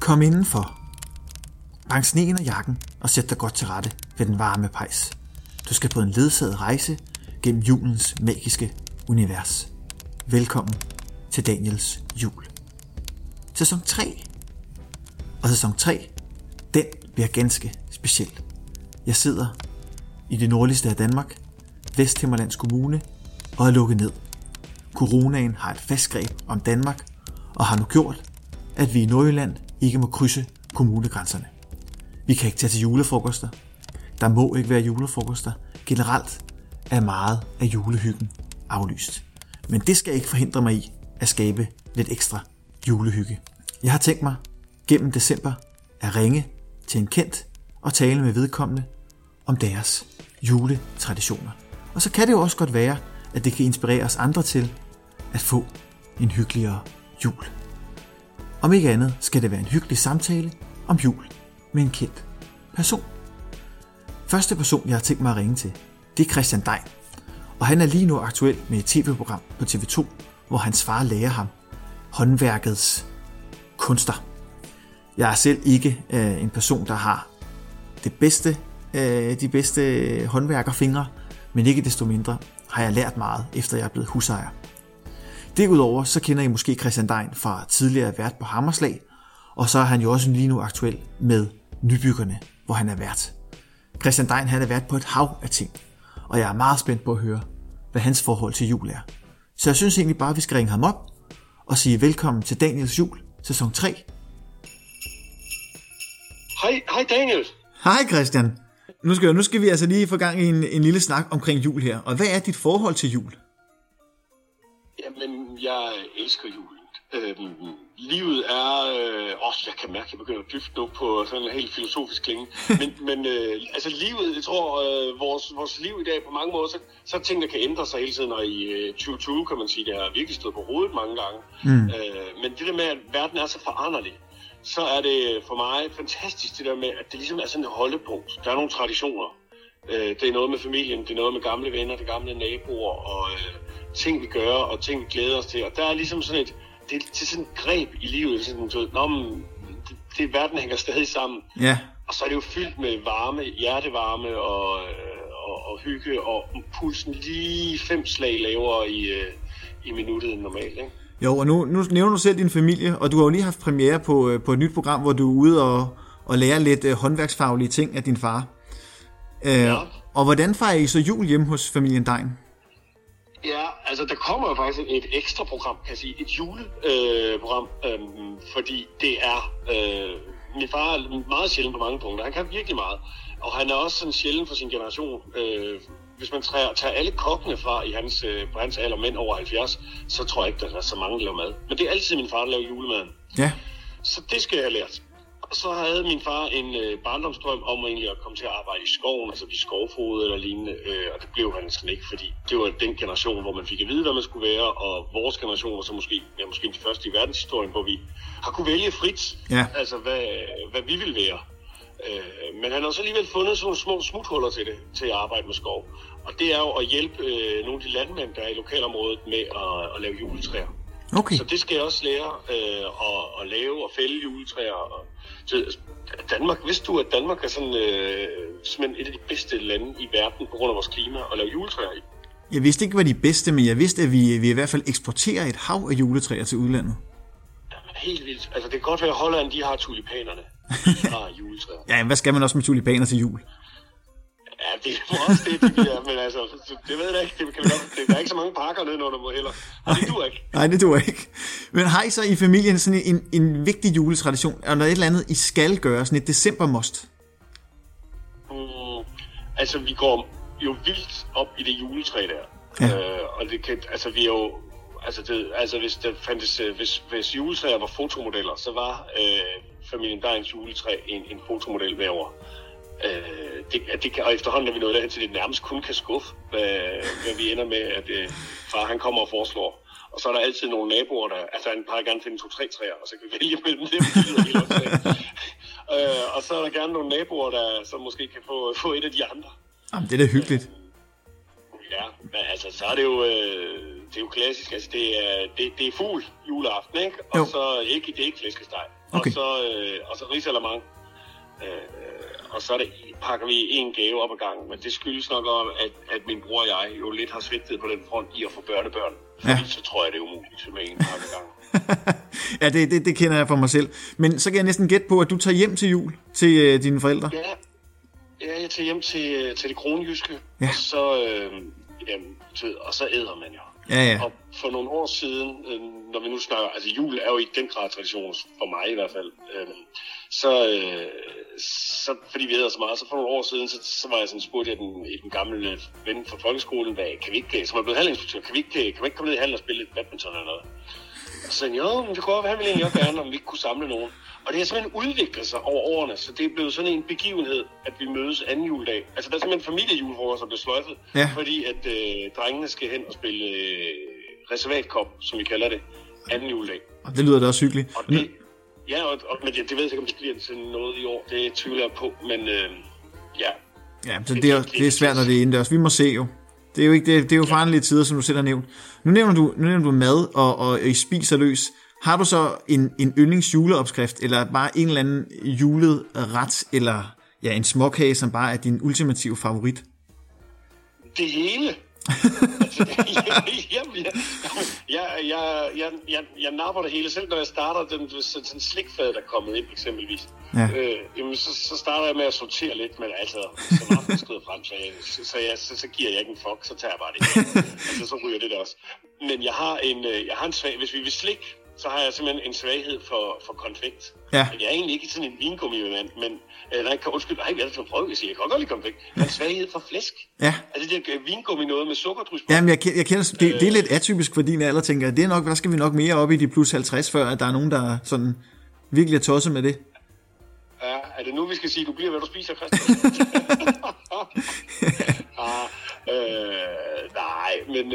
Kom indenfor. Bank sneen og jakken og sæt dig godt til rette ved den varme pejs. Du skal på en ledsaget rejse gennem julens magiske univers. Velkommen til Daniels jul. Sæson 3. Og sæson 3, den bliver ganske speciel. Jeg sidder i det nordligste af Danmark, Vesthimmerlands Kommune, og er lukket ned. Coronaen har et fast greb om Danmark, og har nu gjort, at vi i Nordjylland ikke må krydse kommunegrænserne. Vi kan ikke tage til julefrokoster. Der må ikke være julefrokoster. Generelt er meget af julehyggen aflyst. Men det skal ikke forhindre mig i at skabe lidt ekstra julehygge. Jeg har tænkt mig gennem december at ringe til en kendt og tale med vedkommende om deres juletraditioner. Og så kan det jo også godt være, at det kan inspirere os andre til at få en hyggeligere jul. Om ikke andet skal det være en hyggelig samtale om jul med en kendt person. Første person, jeg har tænkt mig at ringe til, det er Christian Degn. Og han er lige nu aktuel med et tv-program på TV2, hvor hans far lærer ham håndværkets kunster. Jeg er selv ikke en person, der har de bedste håndværkerfingre, men ikke desto mindre har jeg lært meget, efter jeg er blevet husejer. Derudover så kender I måske Christian Degn fra tidligere vært på Hammerslag, og så er han jo også lige nu aktuel med Nybyggerne, hvor han er vært. Christian Degn han er vært på et hav af ting, og jeg er meget spændt på at høre, hvad hans forhold til jul er. Så jeg synes egentlig bare, at vi skal ringe ham op og sige velkommen til Daniels jul, sæson 3. Hej Daniel. Hej Christian. Nu skal vi altså lige få gang i en lille snak omkring jul her. Og hvad er dit forhold til jul? Jamen, jeg elsker julen. Livet er... jeg kan mærke, at jeg begynder at dyfte nu på sådan en helt filosofisk klinge. Men altså livet, jeg tror, vores liv i dag på mange måder, så tingene kan ændre sig hele tiden. Og i 2020 kan man sige, det har virkelig stået på hovedet mange gange. Men det der med, at verden er så foranderlig, så er det for mig fantastisk det der med, at det ligesom er sådan et holdepunkt. Der er nogle traditioner. Det er noget med familien, det er noget med gamle venner, det gamle naboer, og ting vi gør, og ting vi glæder os til. Og der er ligesom sådan det er sådan et greb i livet, sådan verden hænger stadig sammen. Ja. Og så er det jo fyldt med varme, hjertevarme og hygge, og pulsen lige 5 slag lavere i minuttet end normalt, ikke? Jo, og nu nævner du selv din familie, og du har jo lige haft premiere på et nyt program, hvor du er ude og lære lidt håndværksfaglige ting af din far. Ja. Og hvordan fejrer I så jul hjemme hos familien Degn? Ja, altså der kommer jo faktisk et ekstra program, kan jeg sige, et juleprogram, fordi det er, min far er meget sjælden på mange punkter, han kan virkelig meget, og han er også sådan sjælden for sin generation. Hvis man tager alle kokkene fra på hans alder, mænd over 70, så tror jeg ikke, der er så mange, der laver mad. Men det er altid min far, der laver julemaden. Ja. Så det skal jeg have lært. Og så havde min far en barndomsdrøm om egentlig at komme til at arbejde i skoven, altså blive skovfoged eller lignende, og det blev han sådan ikke, fordi det var den generation, hvor man fik at vide, hvad man skulle være, og vores generation var så måske de første i verdenshistorien, hvor vi har kunne vælge frit, altså hvad vi ville være. Men han har så alligevel fundet sådan nogle små smuthuller til at arbejde med skov, og det er jo at hjælpe nogle af de landmænd, der er i lokalområdet med at lave juletræer. Okay. Så det skal jeg også lære at lave og fælde juletræer. Danmark, vidste du, at Danmark er sådan, simpelthen et af de bedste lande i verden på grund af vores klima at lave juletræer i? Jeg vidste ikke, hvad de bedste, men jeg vidste, at vi i hvert fald eksporterer et hav af juletræer til udlandet. Jamen, helt vildt. Altså, det kan godt være, at Holland, de har tulipanerne. De har juletræer. Ja, hvad skal man også med tulipaner til jul? Ja, det er også det bliver, men altså, det ved jeg ikke. Der er ikke så mange parker nedenunder mig heller. Det duer ikke. Nej, det duer ikke. Men har I så i familien sådan en vigtig juletradition? Er der et eller andet, I skal gøre? Sådan et december-must? Altså, vi går jo vildt op i det juletræ der. Ja. Og det kan, altså, vi er jo... hvis juletræer var fotomodeller, så var familien Degns juletræ en fotomodel hver år. Og efterhånden er vi nået derhen til, det nærmest kun kan skuffe, hvad vi ender med, at far han kommer og foreslår. Og så er der altid nogle naboer, der... Altså, han plejer gerne finde 2-3 træer, og så kan vi vælge mellem dem. Og så er der gerne nogle naboer, der måske kan få et af de andre. Jamen, det er da hyggeligt. Ja, men altså, så er det jo... det er jo klassisk. Altså, det er fugl juleaften, ikke? Og så det er ikke flæskesteg. Okay. Og så risalamande. Og så pakker vi en gave op ad gangen. Men det skyldes nok om, at min bror og jeg jo lidt har svigtet på den front i at få børnebørn. Fordi så tror jeg, det er umuligt med en pakke ad gangen. Ja, det kender jeg for mig selv. Men så kan jeg næsten gætte på, at du tager hjem til jul til dine forældre. Ja, jeg tager hjem til det kronjyske. Ja. Og så æder man jo. Ja. Og for nogle år siden, når vi nu snakker, altså jul er jo i den grad tradition, for mig i hvert fald, så fordi vi æder så meget, så for nogle år siden, så var jeg sådan spurgt den gamle ven fra folkeskolen, som er blevet halvinspektør, kan vi ikke komme ned i hallen og spille lidt badminton eller noget? Og så sagde han, men det kunne han ville egentlig gerne, om vi ikke kunne samle nogen. Og det har simpelthen udviklet sig over årene, så det er blevet sådan en begivenhed, at vi mødes anden juledag. Altså der er simpelthen familiejulefrokost, der bliver sløjfet, fordi at drengene skal hen og spille reservatkop, som vi kalder det, anden juledag. Og det lyder da også hyggeligt. Og men det ved jeg ikke, om det bliver til noget i år. Det tvivler jeg på, men ja. Ja, så det er svært, når det er indendørs. Vi må se jo. Det er jo ikke det er jo forandelige tider, som du selv har nævnt. Nu nævner du mad og I spiser løs. Har du så en yndlingsjuleopskrift, eller bare en eller anden julet ret, eller en småkage, som bare er din ultimative favorit? Det hele. Jeg napper det hele. Selv når jeg starter den slikfad, der er kommet ind eksempelvis, så starter jeg med at sortere lidt, men altså, som aftenskryd frem, så giver jeg ikke en fuck, så tager jeg bare det. Altså, så ryger det der også. Men jeg har en svag, hvis vi vil slik, så har jeg simpelthen en svaghed for konfekt. Ja. Jeg er egentlig ikke sådan en vingummi-mand, men jeg har det for prøve, jeg kan godt lide konfekt. Jeg har en svaghed for flæsk. Ja. Altså det der vingummi noget med sukkerdrys på. Jamen, jeg kender, det er lidt atypisk for din alder, tænker jeg. Det er nok, der skal vi nok mere op i de plus 50, før at der er nogen, der sådan virkelig er tosset med det. Ja, er det nu, vi skal sige, du bliver, hvad du spiser, Christian? Nej, men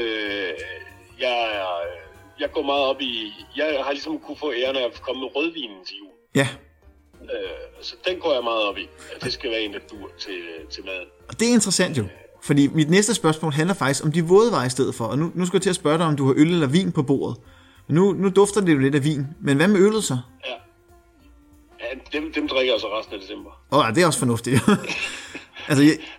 jeg går meget op i... Jeg har ligesom kunne få æren af at komme med rødvinen til jul. Ja. Så den går jeg meget op i. Det skal være en, der dur til maden. Og det er interessant jo. Fordi mit næste spørgsmål handler faktisk om de våde varer i stedet for. Og nu skal jeg til at spørge dig, om du har øl eller vin på bordet. Nu dufter det jo lidt af vin. Men hvad med øllet så? Ja, dem drikker jeg så resten af december. Det er også fornuftigt. Altså,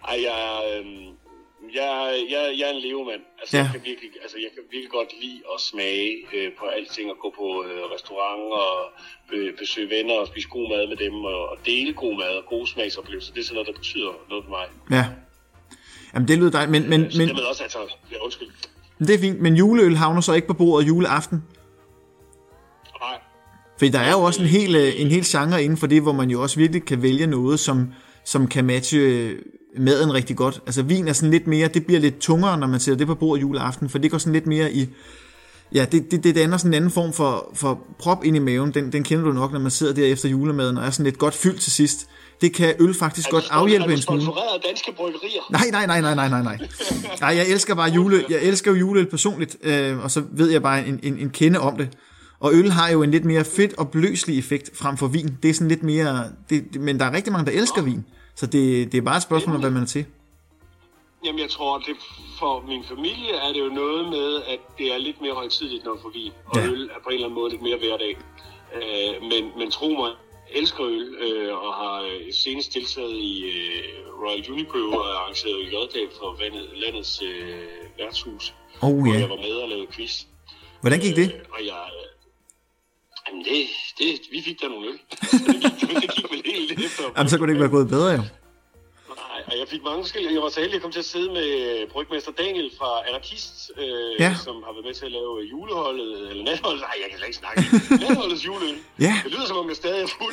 jeg er en levemand. Altså, jeg kan virkelig godt lide at smage på alting og gå på restaurant og besøge venner og spise god mad med dem og dele god mad og gode smagsoplevelser. Det er sådan noget, der betyder noget for mig. Ja. Jamen, det lyder dejligt, men det med også, altså, undskyld. Det er fint, men juleøl havner så ikke på bordet juleaften? Nej. For der er jo også en hel genre inden for det, hvor man jo også virkelig kan vælge noget, som kan matche maden rigtig godt. Altså vin er sådan lidt mere, det bliver lidt tungere, når man sætter det på bordet juleaften, for det går sådan lidt mere i, det danner sådan en anden form for prop ind i maven. Den kender du nok, når man sidder der efter julemaden og er sådan lidt godt fyldt til sidst. Det kan øl faktisk godt afhjælpe en smule. Er du sponsoreret af danske bryggerier? Nej. Nej, jeg elsker bare jeg elsker jo juleøl personligt, og så ved jeg bare en kende om det. Og øl har jo en lidt mere fedt og bløslig effekt frem for vin. Det er sådan lidt mere, men der er rigtig mange, der elsker vin. Så det er bare et spørgsmål om, hvad man er til. Jamen, jeg tror, det for min familie er det jo noget med, at det er lidt mere højtideligt, når man får vin. Og øl er på en eller anden måde lidt mere hverdag. Men tro mig, jeg elsker øl, og har senest deltaget i Royal Unibrew og arrangeret J-dag for landets værtshus. Hvor jeg var med og lavede quiz. Hvordan gik det? Jamen vi fik da nogle øl. Det gik vel helt efter. Jamen, så kunne det ikke være gået bedre, jo. Nej, og jeg fik mange forskellige. Jeg var så heldig, at jeg kom til at sidde med brygmester Daniel fra Anarkist, som har været med til at lave juleholdet, eller natholdet. Nej, jeg kan slet ikke snakke. Natholdets juleøl. Ja. Det lyder som om, jeg stadig er fuld.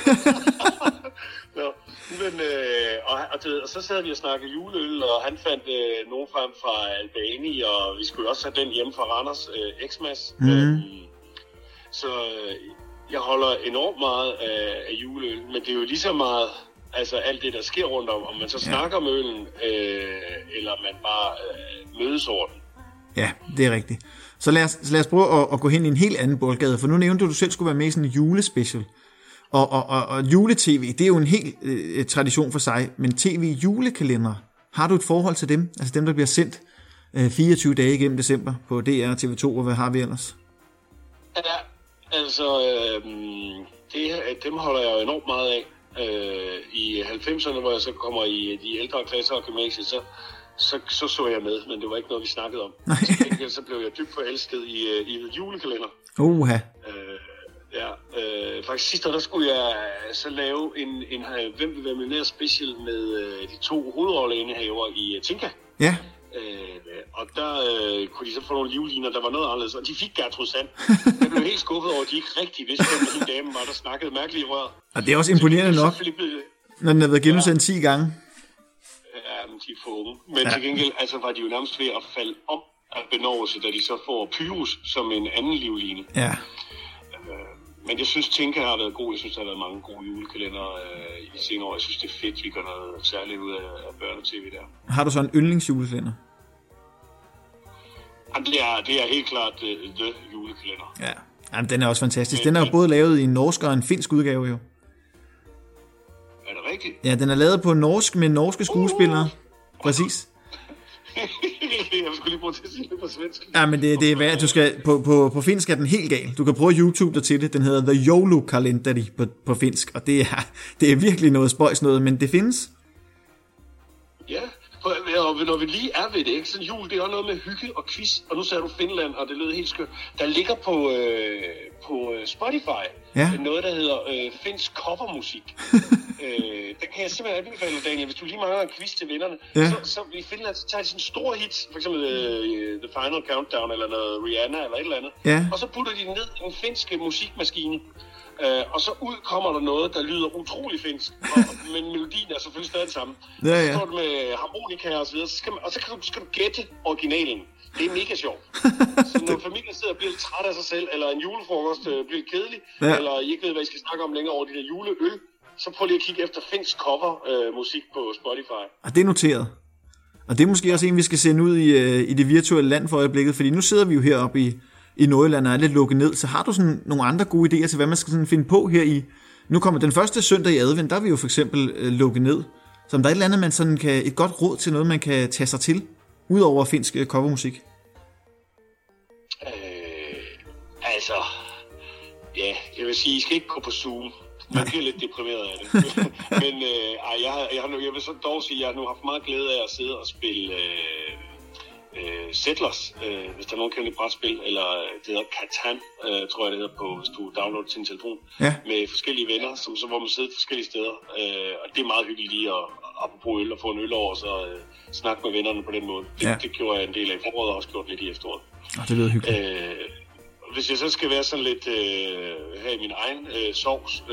Og så sad vi og snakkede juleøl, og han fandt nogen frem fra Albani, og vi skulle også have den hjemme fra Randers, Xmas. Så jeg holder enormt meget af juleøl, men det er jo lige så meget, altså alt det, der sker rundt om man så snakker om øllen, eller man bare mødes over den. Ja, det er rigtigt. Så lad os prøve at gå hen i en helt anden boldgade, for nu nævnte du selv skulle være med i sådan en julespecial. Og jule-tv, det er jo en helt tradition for sig, men tv-julekalender, har du et forhold til dem? Altså dem, der bliver sendt 24 dage igennem december på DR og TV2, og hvad har vi ellers? Ja, altså, dem holder jeg jo enormt meget af. I 90'erne, hvor jeg så kommer i de ældre klasser og gymnasiet, så jeg med, men det var ikke noget, vi snakkede om. Så blev jeg dybt forelsket i julekalender. Faktisk sidste år, der skulle jeg så lave en Hvem vil være millionær special med de 2 hovedrolleindehavere i Tinka. Ja. Og der kunne de så få nogle livliner, der var noget anderledes, og de fik Gertrud Sand. Jeg blev helt skuffet over, at de ikke rigtig vidste, hvem den dame var, der snakkede mærkelige rør. Og det er også imponerende nok, når den har været genudsendt 10 gange. Ja, men de er for unge. Men til gengæld altså, var de jo nærmest ved at falde om af benovelse, da de så får Pyrus som en anden livline. Ja. Men jeg synes, Tinka har været god. Jeg synes, der har været mange gode julekalender i senere år. Jeg synes, det er fedt, vi gør noget særligt ud af børne-tv der. Har du så en yndlingsjulekalender? Jamen, det er helt klart The julekalender. Ja. Jamen, den er også fantastisk. Den er jo både lavet i en norsk og en finsk udgave, jo. Er det rigtigt? Ja, den er lavet på norsk med norske skuespillere. Præcis. Jeg skulle lige prøve til at sige det på svensk. Ja, men det er værd. Du skal, på finsk er den helt gal. Du kan prøve at YouTube dig til det. Den hedder The Joulukalenteri på finsk, og det er virkelig noget spøjs noget, men det findes. Ja, og når vi lige er ved det, ikke? Så jul, det er også noget med hygge og quiz, og nu sagde du Finland, og det lød helt skørt. Der ligger på Spotify noget, der hedder finsk covermusik. Der kan jeg simpelthen anbefale, Daniel, hvis du lige mangler en quiz til vennerne, så i Finland, så tager de sådan store hits, for eksempel The Final Countdown, eller noget Rihanna, eller et eller andet, og så putter de den ned i en finsk musikmaskine. Og så ud kommer der noget, der lyder utrolig finsk, men melodien er selvfølgelig stadig den samme. Så står det med harmonika og så videre, og så skal du gætte originalen. Det er mega sjovt. Så når familien sidder og bliver lidt træt af sig selv, eller en julefrokost bliver kedelig, eller I ikke ved, hvad I skal snakke om længere over de der juleøl, så prøv lige at kigge efter finsk cover musik på Spotify. Og det er noteret. Og det er måske også en, vi skal sende ud i det virtuelle land for øjeblikket, fordi nu sidder vi jo heroppe i Nordjylland og er lidt lukket ned, så har du sådan nogle andre gode idéer til, hvad man skal sådan finde på her i... Nu kommer den første søndag i advent, der er vi jo for eksempel lukket ned. Så om der er et eller andet, man sådan kan... Et godt råd til noget, man kan tage sig til, udover finsk covermusik? Altså... Ja, jeg vil sige, I skal ikke gå på Zoom. Man bliver lidt deprimeret af det. Men jeg vil så dog sige, at jeg har nu haft meget glæde af at sidde og spille... Settlers, hvis der er nogen, der kender et brætspil, eller det hedder Catan, tror jeg det hedder, hvis du downloader til en telefon, med forskellige venner, hvor man sidder forskellige steder. Og det er meget hyggeligt lige at apropos øl og få en øl over, og så snakke med vennerne på den måde. Det gjorde jeg en del af i foråret, og også gjort lidt i efteråret. Det lyder hyggeligt. Hvis jeg så skal være sådan lidt, have min egen sovs,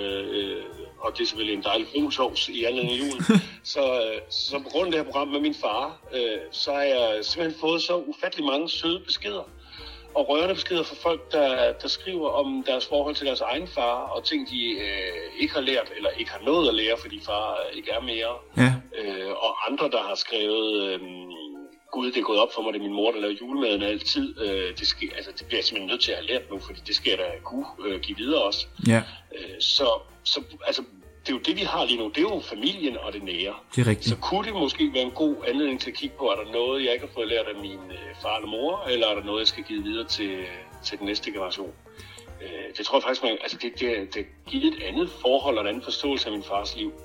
og det er selvfølgelig en dejlig brun sovs i anledning af julen, så på grund af det her program med min far, så har jeg simpelthen fået så ufattelig mange søde beskeder og rørende beskeder fra folk, der skriver om deres forhold til deres egen far, og ting, de ikke har lært, eller ikke har nået at lære, fordi far ikke er mere. Og andre, der har skrevet... Gud, det er gået op for mig, det er min mor, der laver julemaden altid. Det bliver jeg simpelthen nødt til at have lært nu, fordi det skal jeg da kunne give videre også. Så altså, det er jo det, vi har lige nu. Det er jo familien og det nære. Det er rigtigt. Så kunne det måske være en god anledning til at kigge på, er der noget, jeg ikke har fået lært af min far eller mor, eller er der noget, jeg skal give videre til den næste generation? Det tror jeg faktisk, det giver et andet forhold og en anden forståelse af min fars liv,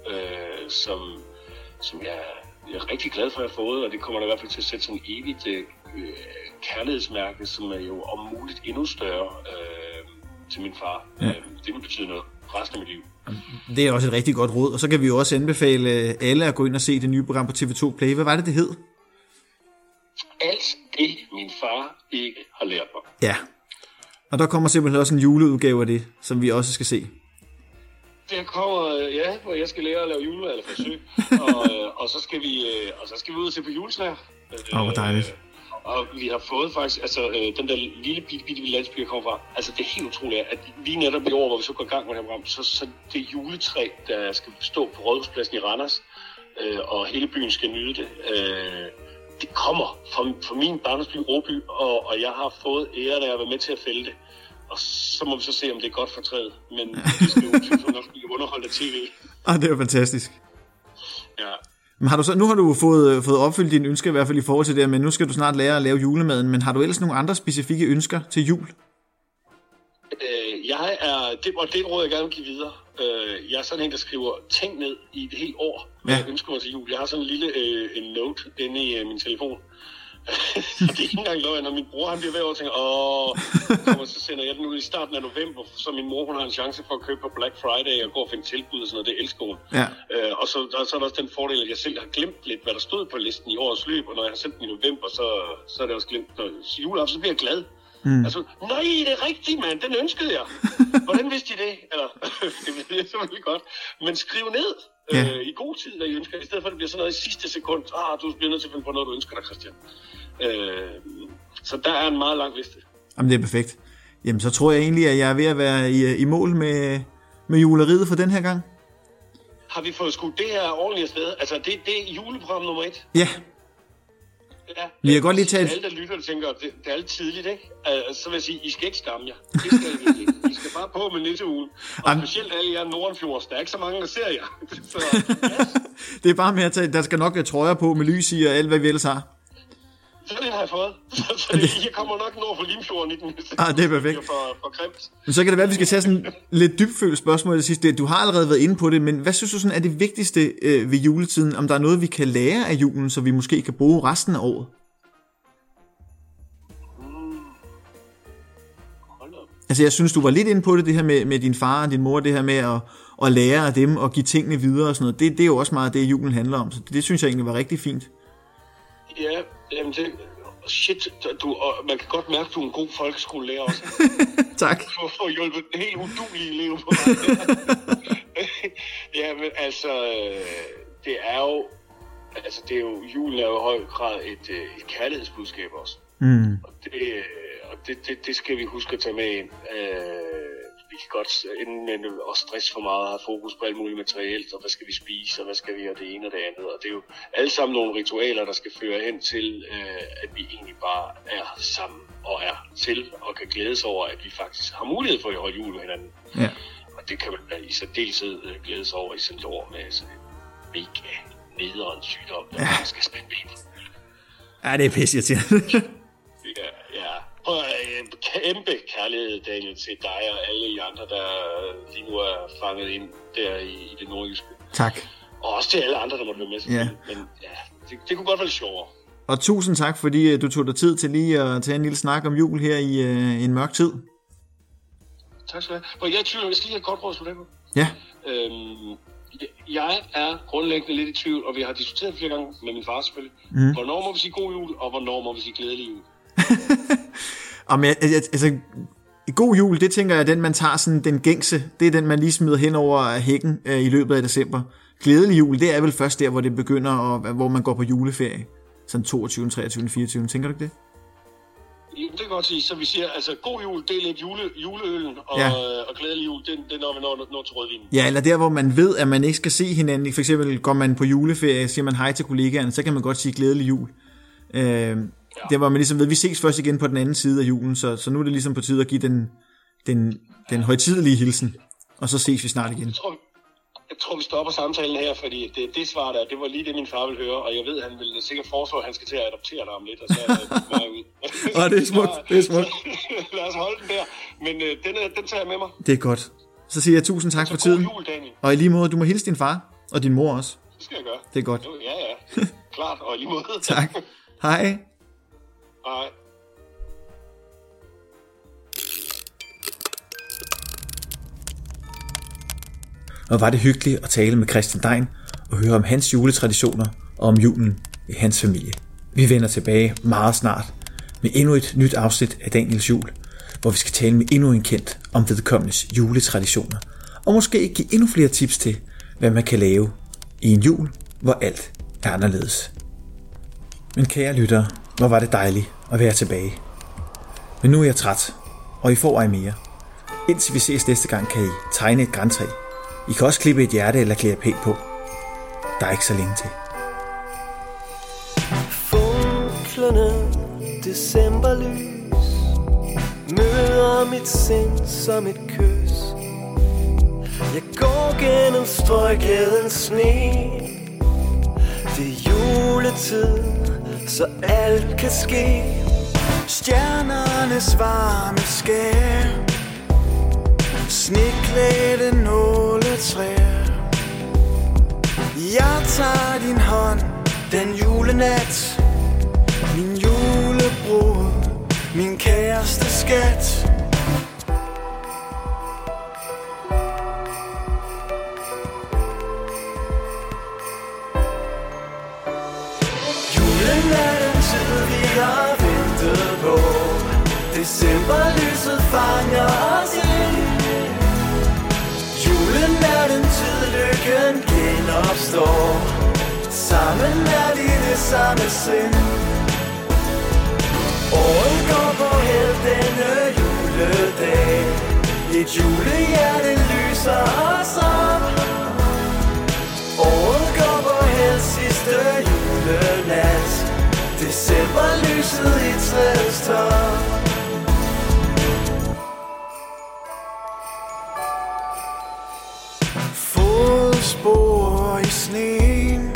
som jeg er rigtig glad for, at jeg har fået, og det kommer der i hvert fald til at sætte sådan et evigt kærlighedsmærke, som er jo om muligt endnu større til min far. Det vil betyde noget resten af mit liv. Det er også et rigtig godt råd, og så kan vi jo også anbefale alle at gå ind og se det nye program på TV2 Play. Hvad var det hed? Alt det, min far ikke har lært mig. Ja, og der kommer simpelthen også en juleudgave af det, som vi også skal se. Der kommer, hvor jeg skal lære at lave julemad eller forsøg, og så skal vi ud og se på juletræer. Hvor dejligt. Og vi har fået faktisk, den der lille bitte landsby, jeg kommer fra, altså det er helt utroligt, at lige netop i år, hvor vi så går i gang med det her program, så det juletræ, der skal stå på Rådhuspladsen i Randers, og hele byen skal nyde det, det kommer fra min barndomsby Råby, og jeg har fået æren af at være med til at fælde det. Og så må vi så se, om det er godt for træet. Men det skal jo nok blive underholdt af tv. Det er jo fantastisk. Ja. Men nu har du fået opfyldt dine ønsker, i hvert fald i forhold til det, men nu skal du snart lære at lave julemaden. Men har du ellers nogle andre specifikke ønsker til jul? Det er et råd, jeg gerne vil give videre. Jeg er sådan en, der skriver ting ned i et helt år, hvad jeg ønsker mig til jul. Jeg har sådan en lille en note inde i min telefon. Det er ikke engang løgn, når min bror han bliver ved og tænker, så sender jeg den ud i starten af november, så min mor hun har en chance for at købe på Black Friday og gå og finde tilbud og sådan noget, det elsker hun. Ja. Og så er der også den fordel, at jeg selv har glemt lidt, hvad der stod på listen i årets løb, og når jeg har sendt den i november, så er det også glemt, når juleaften, så bliver jeg glad. Altså, nej, det er rigtigt, mand, den ønskede jeg. Hvordan vidste I det? Eller, det ved jeg selvfølgelig godt. Men skriv ned i god tid, hvad I ønsker, i stedet for at det bliver sådan noget i sidste sekund. Du bliver nødt til at finde på noget, du ønsker dig, Christian. Så der er en meget lang liste. Jamen, det er perfekt. Jamen, så tror jeg egentlig, at jeg er ved at være i mål med juleriet for den her gang. Har vi fået skudt det her ordentligt afsted? Altså, det er juleprogram nummer 1? Ja. Ja, vi kan godt lige tage alle, der lytter, der tænker, det er alt tidligt, ikke? Så vil jeg sige, I skal ikke skamme jer. Det skal I ikke. I skal bare på med nisseugen. Og specielt alle jer Nordenfjords. Der er ikke så mange, der ser jer. Så, yes. Det er bare med at tage, der skal nok trøjer på med lys i og alt, hvad vi ellers har. Så det har jeg fået. Så jeg kommer nok nord for Limfjorden i den næste. Det er perfekt. For Kremt. Men så kan det være, at vi skal tage sådan lidt dybfølt spørgsmål til sidst. Du har allerede været inde på det, men hvad synes du sådan er det vigtigste ved juletiden? Om der er noget, vi kan lære af julen, så vi måske kan bruge resten af året? Altså jeg synes, du var lidt inde på det her med din far og din mor, det her med at lære af dem og give tingene videre og sådan noget. Det er jo også meget det, julen handler om, så det synes jeg egentlig var rigtig fint. Ja, jamen det... Shit, man kan godt mærke, at du er en god folkeskolelærer også. Tak. For at hjælpe den helt udulige elev på mig. Ja, men altså, det er jo, julen er jo i høj grad et kærlighedsbudskab også. Og det skal vi huske at tage med ind. Vi kan godt inden og stress for meget have fokus på alt muligt materielt, og hvad skal vi spise, og hvad skal vi, og det ene og det andet. Og det er jo alle sammen nogle ritualer, der skal føre hen til, at vi egentlig bare er sammen og er til, og kan glædes over, at vi faktisk har mulighed for at holde jul med hinanden. Ja. Og det kan man i særdeleshed glædes over i sådan et år med sådan en mega nederen sygdom, der man skal spænde ben. Ja, det er pisse til. Ja. Og kæmpe kærlighed, Daniel, til dig og alle I andre, der lige nu er fanget ind der i det nordjyske. Tak. Og også til alle andre, der måtte være med. Ja. Men ja, det kunne godt være lidt sjovere. Og tusind tak, fordi du tog dig tid til lige at tage en lille snak om jul her i en mørk tid. Tak skal du have. Jeg skal lige have et godt råd på det. Ja. Jeg er grundlæggende lidt i tvivl, og vi har diskuteret flere gange med min far selvfølgelig. Hvornår må vi sige god jul, og hvornår må vi sige glædelig jul? Altså, god jul, det tænker jeg, den man tager sådan den gængse, det er den man lige smider hen over hækken i løbet af december. Glædelig jul, det er vel først der, hvor det begynder, og hvor man går på juleferie. Sådan 22, 23, 24, tænker du ikke det? Jo, det kan godt sige. Så vi siger, altså god jul, det er lidt juleølen, og glædelig jul, det er når vi når til rødvinen. Ja, eller der, hvor man ved, at man ikke skal se hinanden. For eksempel går man på juleferie, siger man hej til kollegaerne, så kan man godt sige glædelig jul. Det var man ligesom ved, vi ses først igen på den anden side af julen, så nu er det ligesom på tide at give den højtidelige hilsen, og så ses vi snart igen. Jeg tror, vi stopper samtalen her, fordi det svar der, det var lige det, min far ville høre, og jeg ved, han ville sikkert foreslå, at han skal til at adoptere dig om lidt, og så er det mig ud. Det er smukt, det er smukt. Lad os holde den der, men den tager jeg med mig. Det er godt. Så siger jeg tusind tak for tiden. God jul, Daniel. Og i lige måde, du må hilse din far, og din mor også. Det skal jeg gøre. Det er godt. Ja, klart, og i lige måde. Tak. Hej. Hej. Og var det hyggeligt at tale med Christian Dein og høre om hans juletraditioner og om julen i hans familie. Vi vender tilbage meget snart med endnu et nyt afsnit af Daniels jul, hvor vi skal tale med endnu en kendt om vedkommendes juletraditioner, og måske give endnu flere tips til, hvad man kan lave i en jul, hvor alt er anderledes. Men kære lyttere, hvor var det dejligt at være tilbage. Men nu er jeg træt, og I får ej mere. Indtil vi ses næste gang, kan I tegne et grantræ. I kan også klippe et hjerte eller klæde pænt på. Der er ikke så længe til. Funklende decemberlys møder mit sind som et kys. Jeg går gennem strøgædens sne. Det er juletid, så alt kan ske. Stjernernes varme skær, sneklædte nåletræer. Jeg tager din hånd den julenat, min julebrud, min kæreste skat. Julen er den tid, vi har ventet på. Decemberlyset fanger os ind. Julen er den tid, lykken genopstår. Sammen er vi det samme sind. Året går på held denne juledag. Et julehjerte lyser os op. Året går på held sidste julenat. Decemberlyset i træets top. Fodspor i sneen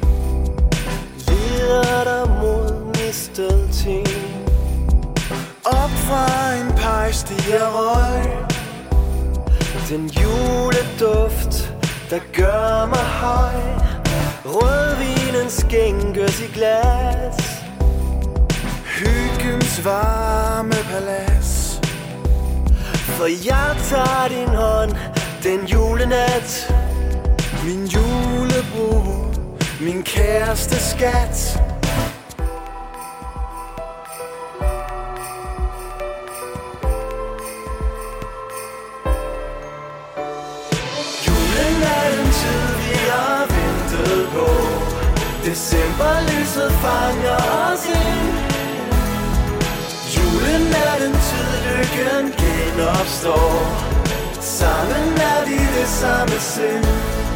leder dig mod mistet ting. op fra en pejs stiger røg. Den juleduft, der gør mig høj. Rødvinen skænkes i glas. Hyggens varme palads. For jeg tager din hånd den julenat. Min julebrud, min kæreste skat. Julen er den tid, vi har ventet på. Decemberlyset fanger os ind. Julen er den tid, lykken genopstår. Sammen er vi det samme sind.